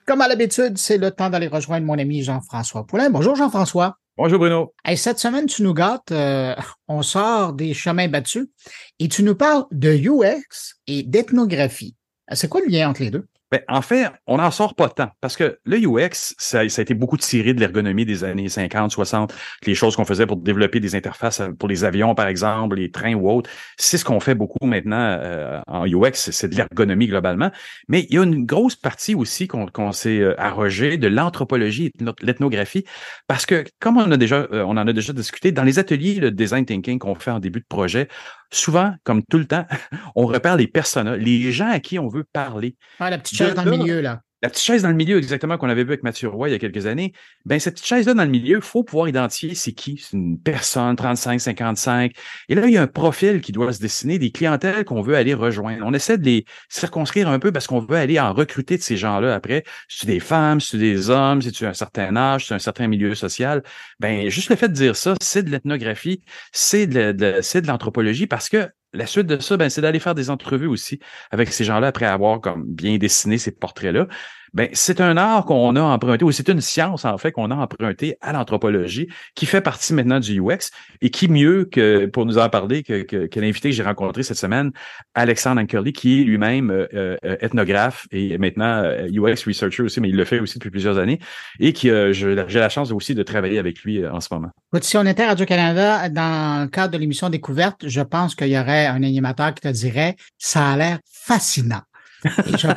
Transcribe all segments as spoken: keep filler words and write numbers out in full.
Comme à l'habitude, c'est le temps d'aller rejoindre mon ami Jean-François Poulin. Bonjour Jean-François. Bonjour Bruno. Hey, cette semaine, tu nous gâtes, euh, on sort des chemins battus et tu nous parles de U X et d'ethnographie. C'est quoi le lien entre les deux? Ben, en fait, on n'en sort pas tant parce que le U X, ça, ça a été beaucoup tiré de l'ergonomie des années cinquante, soixante, les choses qu'on faisait pour développer des interfaces pour les avions, par exemple, les trains ou autres. C'est ce qu'on fait beaucoup maintenant euh, en U X, c'est de l'ergonomie globalement. Mais il y a une grosse partie aussi qu'on qu'on s'est euh, arrogé de l'anthropologie et de l'ethnographie parce que, comme on a déjà, euh, on en a déjà discuté, dans les ateliers de design thinking qu'on fait en début de projet, souvent, comme tout le temps, on repère les personas, les gens à qui on veut parler. Ah, la petite chaise dans le milieu, là. La petite chaise dans le milieu, exactement, qu'on avait vu avec Mathieu Roy il y a quelques années. Ben, cette petite chaise-là dans le milieu, il faut pouvoir identifier c'est qui. C'est une personne, trente-cinq, cinquante-cinq. Et là, il y a un profil qui doit se dessiner, des clientèles qu'on veut aller rejoindre. On essaie de les circonscrire un peu parce qu'on veut aller en recruter de ces gens-là après. Si c'est des femmes, si c'est des hommes, si tu as un certain âge, si tu as un certain milieu social. Ben, juste le fait de dire ça, c'est de l'ethnographie, c'est de, de, c'est de l'anthropologie parce que la suite de ça, ben, c'est d'aller faire des entrevues aussi avec ces gens-là après avoir comme bien dessiné ces portraits-là. Ben, c'est un art qu'on a emprunté, ou c'est une science, en fait, qu'on a emprunté à l'anthropologie, qui fait partie maintenant du U X, et qui mieux que, pour nous en parler, que, que, que l'invité que j'ai rencontré cette semaine, Alexandre Ankerly, qui est lui-même euh, euh, ethnographe et maintenant euh, U X researcher aussi, mais il le fait aussi depuis plusieurs années, et qui, euh, j'ai la chance aussi de travailler avec lui euh, en ce moment. Écoute, si on était à Radio-Canada, dans le cadre de l'émission Découverte, je pense qu'il y aurait un animateur qui te dirait « ça a l'air fascinant ». Et, je...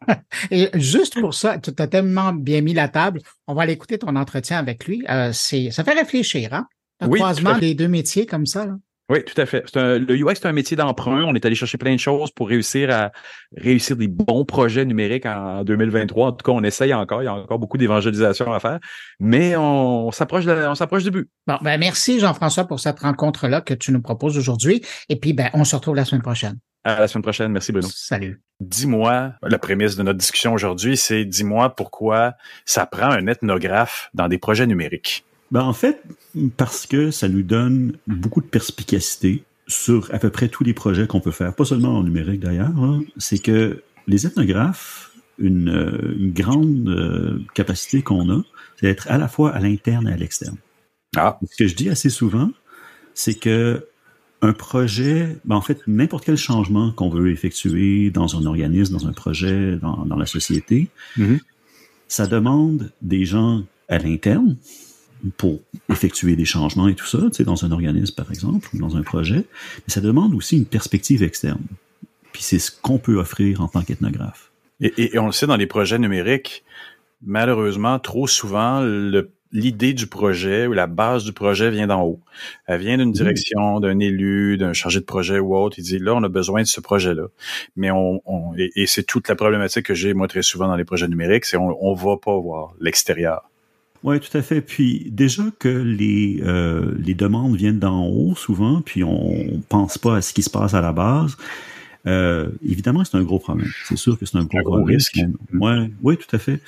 Et juste pour ça, tu as tellement bien mis la table, on va aller écouter ton entretien avec lui. Euh, c'est, ça fait réfléchir, hein? Le Oui, croisement des deux métiers comme ça, là. Oui, tout à fait. C'est un, le U X, c'est un métier d'emprunt. On est allé chercher plein de choses pour réussir à réussir des bons projets numériques en deux mille vingt-trois. En tout cas, on essaye encore. Il y a encore beaucoup d'évangélisation à faire, mais on, on s'approche de, on s'approche du but. Bon, ben merci Jean-François pour cette rencontre-là que tu nous proposes aujourd'hui. Et puis, ben, on se retrouve la semaine prochaine. À la semaine prochaine. Merci Bruno. Salut. Dis-moi, la prémisse de notre discussion aujourd'hui, c'est dis-moi pourquoi ça prend un ethnographe dans des projets numériques. Ben en fait, parce que ça nous donne beaucoup de perspicacité sur à peu près tous les projets qu'on peut faire, pas seulement en numérique d'ailleurs, hein. C'est que les ethnographes, une, une grande euh, capacité qu'on a, c'est d'être à la fois à l'interne et à l'externe. Ah. Ce que je dis assez souvent, c'est que un projet, ben en fait, n'importe quel changement qu'on veut effectuer dans un organisme, dans un projet, dans, dans la société, mm-hmm. ça demande des gens à l'interne pour effectuer des changements et tout ça, tu sais, dans un organisme, par exemple, ou dans un projet, mais ça demande aussi une perspective externe. Puis c'est ce qu'on peut offrir en tant qu'ethnographe. Et, et, et on le sait, dans les projets numériques, malheureusement, trop souvent, le, l'idée du projet ou la base du projet vient d'en haut. Elle vient d'une direction, d'un élu, d'un chargé de projet ou autre. Il dit, là, on a besoin de ce projet-là. Mais on, on et, et c'est toute la problématique que j'ai, moi, très souvent dans les projets numériques, c'est on, on va pas voir l'extérieur. Oui, tout à fait. Puis déjà que les euh, les demandes viennent d'en haut souvent, puis on pense pas à ce qui se passe à la base. Euh, évidemment, c'est un gros problème. C'est sûr que c'est un gros, un gros problème. risque. Ouais, oui, tout à fait.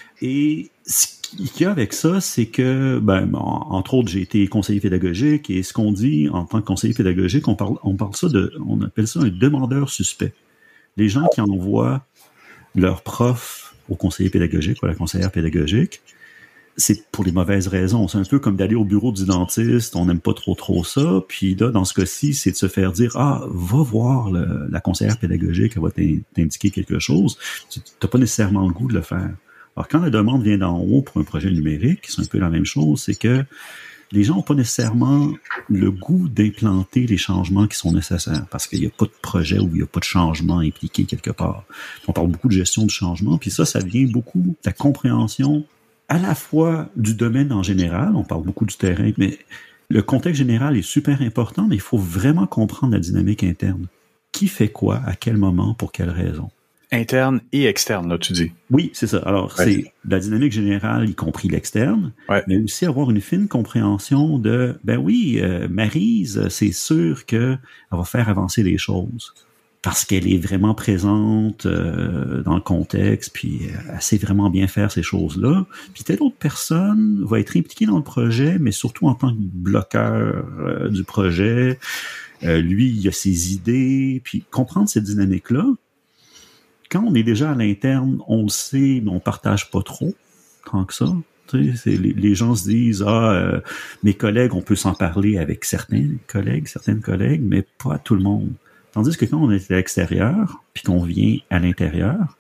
Et ce qu'il y a avec ça, c'est que, ben, entre autres, j'ai été conseiller pédagogique, et ce qu'on dit en tant que conseiller pédagogique, on parle, on parle ça de, on appelle ça un demandeur suspect. Les gens qui envoient leur prof au conseiller pédagogique ou à la conseillère pédagogique, c'est pour les mauvaises raisons. C'est un peu comme d'aller au bureau du dentiste, on n'aime pas trop trop ça, puis là, dans ce cas-ci, c'est de se faire dire « Ah, va voir le, la conseillère pédagogique, elle va t'indiquer quelque chose. » Tu n'as pas nécessairement le goût de le faire. Alors, quand la demande vient d'en haut pour un projet numérique, c'est un peu la même chose, c'est que les gens n'ont pas nécessairement le goût d'implanter les changements qui sont nécessaires, parce qu'il n'y a pas de projet où il n'y a pas de changement impliqué quelque part. On parle beaucoup de gestion du changement, puis ça, ça vient beaucoup de la compréhension à la fois du domaine en général, on parle beaucoup du terrain, mais le contexte général est super important, mais il faut vraiment comprendre la dynamique interne. Qui fait quoi, à quel moment, pour quelle raison? Interne et externe, là, tu dis. Oui, c'est ça. Alors, ouais. C'est la dynamique générale, y compris l'externe, ouais. Mais aussi avoir une fine compréhension de, ben oui, euh, Maryse, c'est sûr qu'elle va faire avancer les choses. Parce qu'elle est vraiment présente euh, dans le contexte, puis elle sait vraiment bien faire ces choses-là. Puis telle autre personne va être impliquée dans le projet, mais surtout en tant que bloqueur euh, du projet. Euh, lui, il a ses idées, puis comprendre cette dynamique-là, quand on est déjà à l'interne, on le sait, mais on partage pas trop, tant que ça. Tu sais, c'est, les, les gens se disent, ah, euh, mes collègues, on peut s'en parler avec certains collègues, certaines collègues, mais pas tout le monde. Tandis que quand on est à l'extérieur, puis qu'on vient à l'intérieur,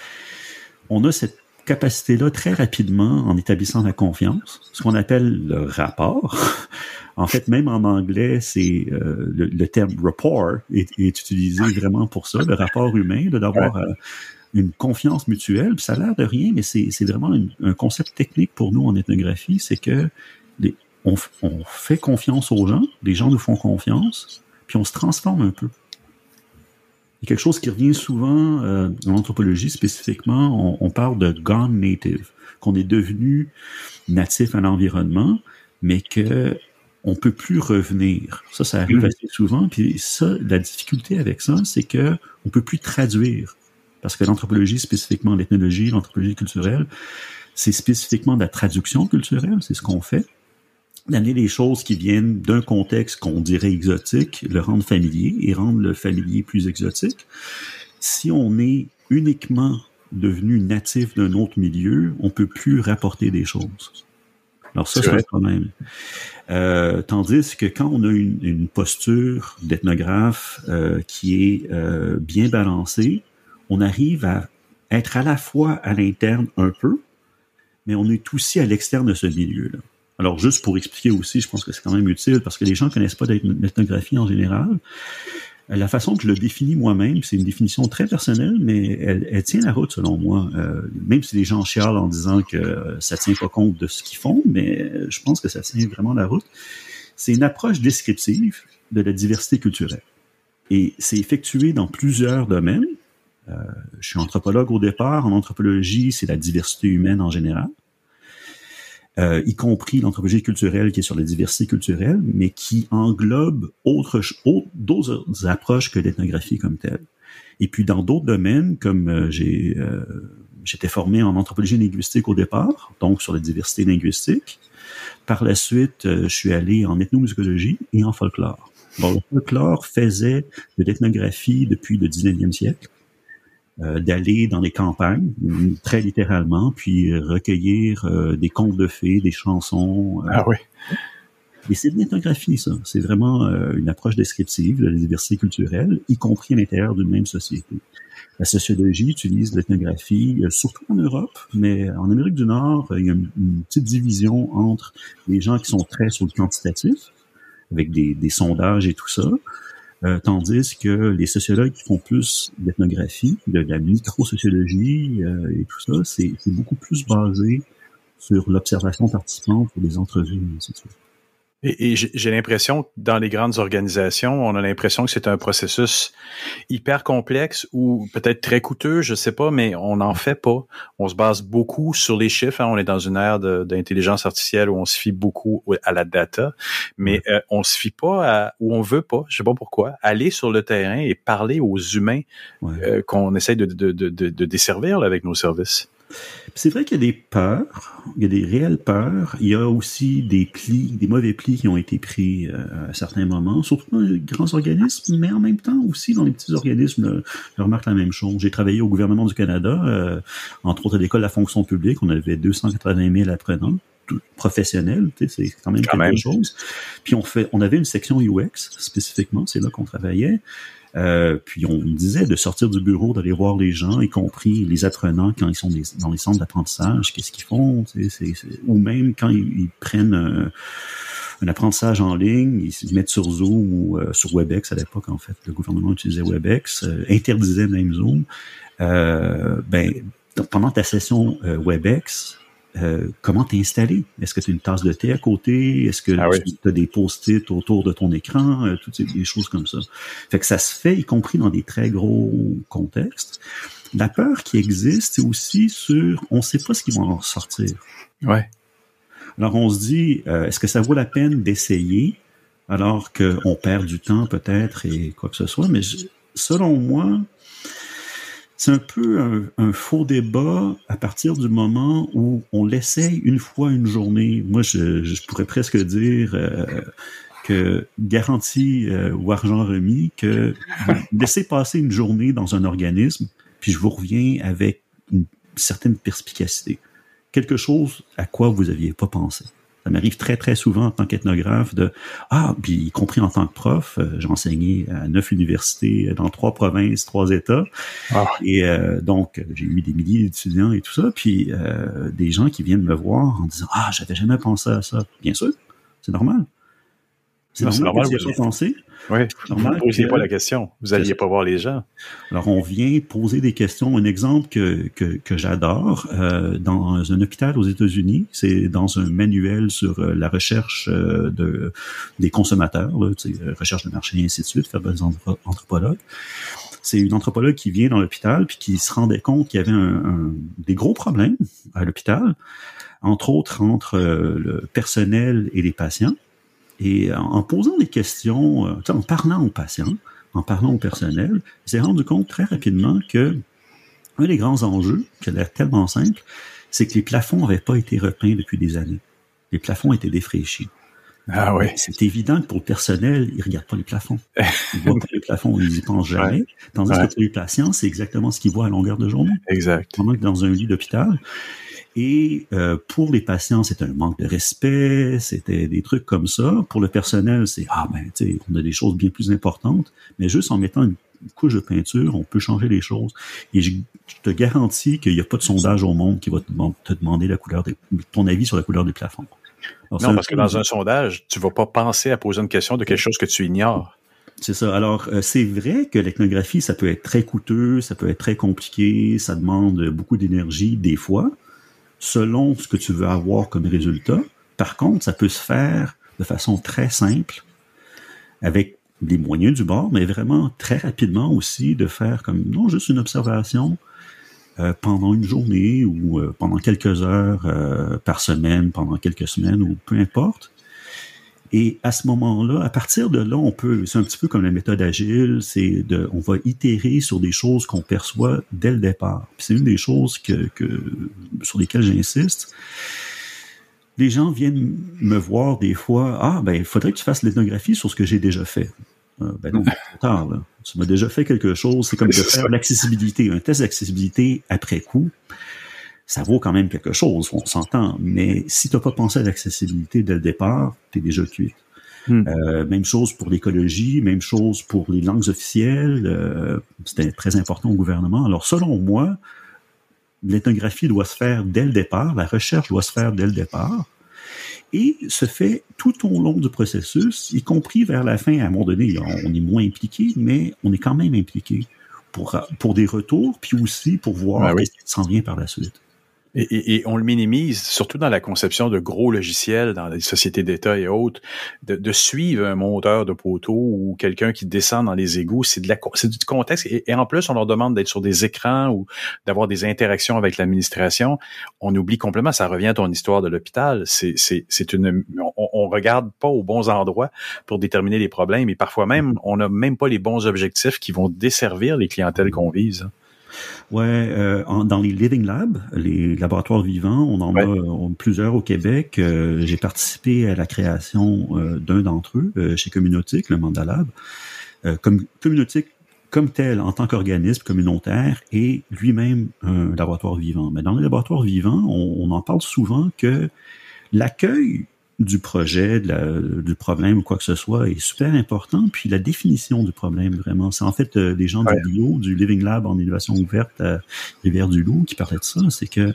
on a cette capacité-là très rapidement en établissant la confiance, ce qu'on appelle le rapport. En fait, même en anglais, c'est euh, le, le terme rapport est, est utilisé vraiment pour ça, le rapport humain, là, d'avoir euh, une confiance mutuelle. Puis ça a l'air de rien, mais c'est, c'est vraiment une, un concept technique pour nous en ethnographie, c'est que les, on, on fait confiance aux gens, les gens nous font confiance, puis on se transforme un peu. Il y a quelque chose qui revient souvent euh, en anthropologie spécifiquement, on, on parle de gone native, qu'on est devenu natif à l'environnement, mais que on peut plus revenir. Ça, ça arrive assez souvent. Puis ça, la difficulté avec ça, c'est que on peut plus traduire, parce que l'anthropologie spécifiquement, l'ethnologie, l'anthropologie culturelle, c'est spécifiquement de la traduction culturelle, c'est ce qu'on fait. D'amener les choses qui viennent d'un contexte qu'on dirait exotique, le rendre familier et rendre le familier plus exotique. Si on est uniquement devenu natif d'un autre milieu, on peut plus rapporter des choses. Alors ça, c'est, c'est un problème. Euh, tandis que quand on a une, une posture d'ethnographe euh, qui est euh, bien balancée, on arrive à être à la fois à l'interne un peu, mais on est aussi à l'externe de ce milieu-là. Alors, juste pour expliquer aussi, je pense que c'est quand même utile, parce que les gens ne connaissent pas l'ethnographie en général. La façon que je le définis moi-même, c'est une définition très personnelle, mais elle, elle tient la route selon moi. Euh, même si les gens chialent en disant que ça ne tient pas compte de ce qu'ils font, mais je pense que ça tient vraiment la route. C'est une approche descriptive de la diversité culturelle. Et c'est effectué dans plusieurs domaines. Euh, je suis anthropologue au départ. En anthropologie, c'est la diversité humaine en général. Euh, y compris l'anthropologie culturelle qui est sur la diversité culturelle, mais qui englobe autre, autre, d'autres approches que l'ethnographie comme telle. Et puis dans d'autres domaines, comme euh, j'ai euh, j'étais formé en anthropologie linguistique au départ, donc sur la diversité linguistique. Par la suite, euh, je suis allé en ethnomusicologie et en folklore. Bon, le folklore faisait de l'ethnographie depuis le dix-neuvième siècle. Euh, d'aller dans les campagnes, très littéralement, puis recueillir euh, des contes de fées, des chansons. Euh, ah oui. Et c'est de l'ethnographie, ça. C'est vraiment euh, une approche descriptive de la diversité culturelle, y compris à l'intérieur d'une même société. La sociologie utilise l'ethnographie, euh, surtout en Europe, mais en Amérique du Nord, il y a une, une petite division entre les gens qui sont très sur le quantitatif, avec des, des sondages et tout ça, Euh, tandis que les sociologues qui font plus d'ethnographie, de la micro-sociologie euh, et tout ça, c'est, c'est beaucoup plus basé sur l'observation participante pour des entrevues, et ainsi de suite. Et, et j'ai l'impression que dans les grandes organisations, on a l'impression que c'est un processus hyper complexe ou peut-être très coûteux, je sais pas, mais on n'en fait pas. On se base beaucoup sur les chiffres. Hein. On est dans une ère de, d'intelligence artificielle où on se fie beaucoup à la data, mais euh, on se fie pas à, ou on veut pas, je sais pas pourquoi, aller sur le terrain et parler aux humains ouais. euh, qu'on essaie de, de, de, de, de desservir là, avec nos services. C'est vrai qu'il y a des peurs, il y a des réelles peurs. Il y a aussi des plis, des mauvais plis qui ont été pris euh, à certains moments, surtout dans les grands organismes, mais en même temps aussi dans les petits organismes. Je remarque la même chose. J'ai travaillé au gouvernement du Canada, euh, entre autres à l'école de la fonction publique. On avait deux cent quatre-vingt mille apprenants professionnels, tu sais, c'est quand même quand quelque même. chose. Puis on fait, on avait une section U X spécifiquement, c'est là qu'on travaillait. Euh, puis on disait de sortir du bureau, d'aller voir les gens, y compris les apprenants quand ils sont des, dans les centres d'apprentissage, qu'est-ce qu'ils font, tu sais, c'est, c'est, ou même quand ils, ils prennent un, un apprentissage en ligne, ils se mettent sur Zoom ou euh, sur WebEx à l'époque, en fait, le gouvernement utilisait WebEx, euh, interdisait même Zoom. Euh, ben, pendant ta session euh, WebEx, Euh, comment t'es installé? Est-ce que tu as une tasse de thé à côté? Est-ce que ah oui. tu as des post-it autour de ton écran? Euh, toutes ces des choses comme ça. Fait que ça se fait, y compris dans des très gros contextes. La peur qui existe, c'est aussi sur on ne sait pas ce qui va en sortir. Ouais. Alors on se dit, euh, est-ce que ça vaut la peine d'essayer alors qu'on perd du temps peut-être et quoi que ce soit? Mais je, selon moi, c'est un peu un, un faux débat à partir du moment où on l'essaye une fois une journée. Moi, je, je pourrais presque dire euh, que garantie euh, ou argent remis, que laisser passer une journée dans un organisme, puis je vous reviens avec une certaine perspicacité. Quelque chose à quoi vous n'aviez pas pensé. Ça m'arrive très, très souvent en tant qu'ethnographe de « Ah, puis y compris en tant que prof, euh, j'ai enseigné à neuf universités dans trois provinces, trois États. Ah. Et euh, donc, j'ai eu des milliers d'étudiants et tout ça, puis euh, des gens qui viennent me voir en disant « Ah, j'avais jamais pensé à ça. » Bien sûr, c'est normal. C'est non, normal, c'est normal que vous n'ayez pas pensé. Oui, vous ne posiez que, pas la question. Vous n'alliez pas voir les gens. Alors, on vient poser des questions. Un exemple que que, que j'adore, euh, dans un hôpital aux États-Unis, c'est dans un manuel sur euh, la recherche euh, de des consommateurs, là, tu sais, recherche de marché et ainsi de suite, fait par des anthropologues. C'est une anthropologue qui vient dans l'hôpital puis qui se rendait compte qu'il y avait un, un, des gros problèmes à l'hôpital, entre autres entre euh, le personnel et les patients. Et en posant des questions, en parlant aux patients, en parlant au personnel, il s'est rendu compte très rapidement que un des grands enjeux, qui a l'air tellement simple, c'est que les plafonds n'avaient pas été repeints depuis des années. Les plafonds étaient défraîchis. Ah oui. C'est évident que pour le personnel, ils ne regardent pas les plafonds. Ils voient pas les plafonds, ils n'y pensent jamais. Ouais. Tandis ouais. que pour les patients, c'est exactement ce qu'ils voient à longueur de journée. Exact. Pendant que dans un lit d'hôpital. Et euh, pour les patients, c'était un manque de respect, c'était des trucs comme ça. Pour le personnel, c'est « Ah ben, tu sais, on a des choses bien plus importantes. » Mais juste en mettant une couche de peinture, on peut changer les choses. Et je, je te garantis qu'il n'y a pas de sondage au monde qui va te, te demander la couleur des, ton avis sur la couleur des plafonds. Alors, non, parce que dans un sondage, tu ne vas pas penser à poser une question de quelque chose que tu ignores. C'est ça. Alors, euh, c'est vrai que l'ethnographie, ça peut être très coûteux, ça peut être très compliqué, ça demande beaucoup d'énergie des fois, selon ce que tu veux avoir comme résultat. Par contre, ça peut se faire de façon très simple, avec des moyens du bord, mais vraiment très rapidement aussi de faire comme, non, juste une observation euh, pendant une journée ou euh, pendant quelques heures euh, par semaine, pendant quelques semaines ou peu importe. Et à ce moment-là, à partir de là, on peut, c'est un petit peu comme la méthode agile, c'est de, on va itérer sur des choses qu'on perçoit dès le départ. Puis c'est une des choses que, que, sur lesquelles j'insiste. Les gens viennent me voir des fois, ah, ben, il faudrait que tu fasses l'ethnographie sur ce que j'ai déjà fait. Euh, ben non, c'est trop tard, là. Tu m'as déjà fait quelque chose, c'est comme de faire l'accessibilité, un test d'accessibilité après coup. Ça vaut quand même quelque chose, on s'entend. Mais si tu n'as pas pensé à l'accessibilité dès le départ, tu es déjà cuit. Hmm. Euh, même chose pour l'écologie, même chose pour les langues officielles. Euh, c'était très important au gouvernement. Alors, selon moi, l'ethnographie doit se faire dès le départ, la recherche doit se faire dès le départ, et se fait tout au long du processus, y compris vers la fin. À un moment donné, on est moins impliqué, mais on est quand même impliqué pour, pour des retours, puis aussi pour voir ah oui. ce qui s'en vient par la suite. Et, et, et on le minimise, surtout dans la conception de gros logiciels, dans les sociétés d'État et autres, de, de suivre un monteur de poteau ou quelqu'un qui descend dans les égouts, c'est de la, c'est du contexte. Et, et en plus, on leur demande d'être sur des écrans ou d'avoir des interactions avec l'administration. On oublie complètement, ça revient à ton histoire de l'hôpital. C'est, c'est, c'est une, on, on regarde pas aux bons endroits pour déterminer les problèmes et parfois même, on n'a même pas les bons objectifs qui vont desservir les clientèles qu'on vise. Ouais, euh, en, dans les Living Labs, les laboratoires vivants, on en ouais. a on, plusieurs au Québec. Euh, j'ai participé à la création euh, d'un d'entre eux euh, chez Communautique, le Mandalab. Euh, comme Communautique, comme tel, en tant qu'organisme communautaire, est lui-même un laboratoire vivant. Mais dans les laboratoires vivants, on, on en parle souvent que l'accueil du projet, de la, du problème ou quoi que ce soit est super important. Puis la définition du problème, vraiment, c'est en fait euh, des gens ouais. du L I O, du Living Lab en innovation ouverte à Rivière-du-Loup qui parlaient de ça. C'est que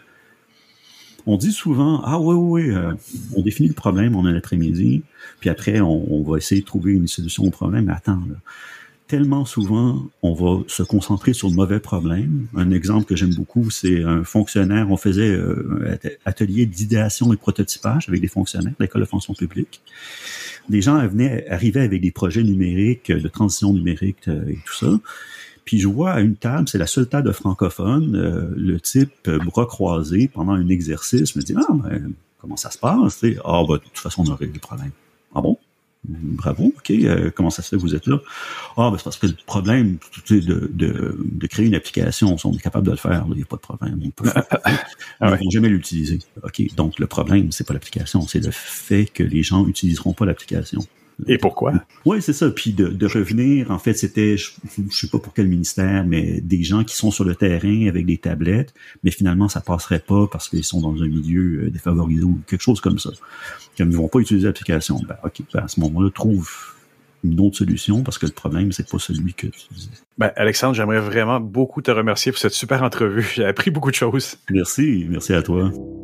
on dit souvent, ah oui, oui, oui, euh, on définit le problème en un après-midi, puis après, on, on va essayer de trouver une solution au problème. Mais attends, là, tellement souvent, on va se concentrer sur le mauvais problème. Un exemple que j'aime beaucoup, c'est un fonctionnaire, on faisait euh, un atelier d'idéation et de prototypage avec des fonctionnaires de l'École de fonction publique. Des gens venaient, arrivaient avec des projets numériques, de transition numérique euh, et tout ça. Puis je vois à une table, c'est la seule table de francophones, euh, le type euh, bras croisés pendant un exercice, me dit « Ah, ben, comment ça se passe? » Ah, ben, de toute façon, on a réglé le problème. « Ah bon? » Bravo, ok. Euh, comment ça se fait que vous êtes là? Ah, ben c'est parce que le problème de, de, de, de créer une application, on est capable de le faire, il n'y a pas de problème. On peut faire. ah ouais. Ils vont jamais l'utiliser. Ok, donc le problème, c'est pas l'application, c'est le fait que les gens n'utiliseront pas l'application. Et pourquoi? Oui, c'est ça. Puis de, de revenir, en fait, c'était, je ne sais pas pour quel ministère, mais des gens qui sont sur le terrain avec des tablettes, mais finalement, ça passerait pas parce qu'ils sont dans un milieu défavorisé ou quelque chose comme ça. Comme ils vont pas utiliser l'application, ben ok, ben à ce moment-là, trouve une autre solution parce que le problème, c'est pas celui que tu disais. Ben, Alexandre, j'aimerais vraiment beaucoup te remercier pour cette super entrevue. J'ai appris beaucoup de choses. Merci, merci à toi.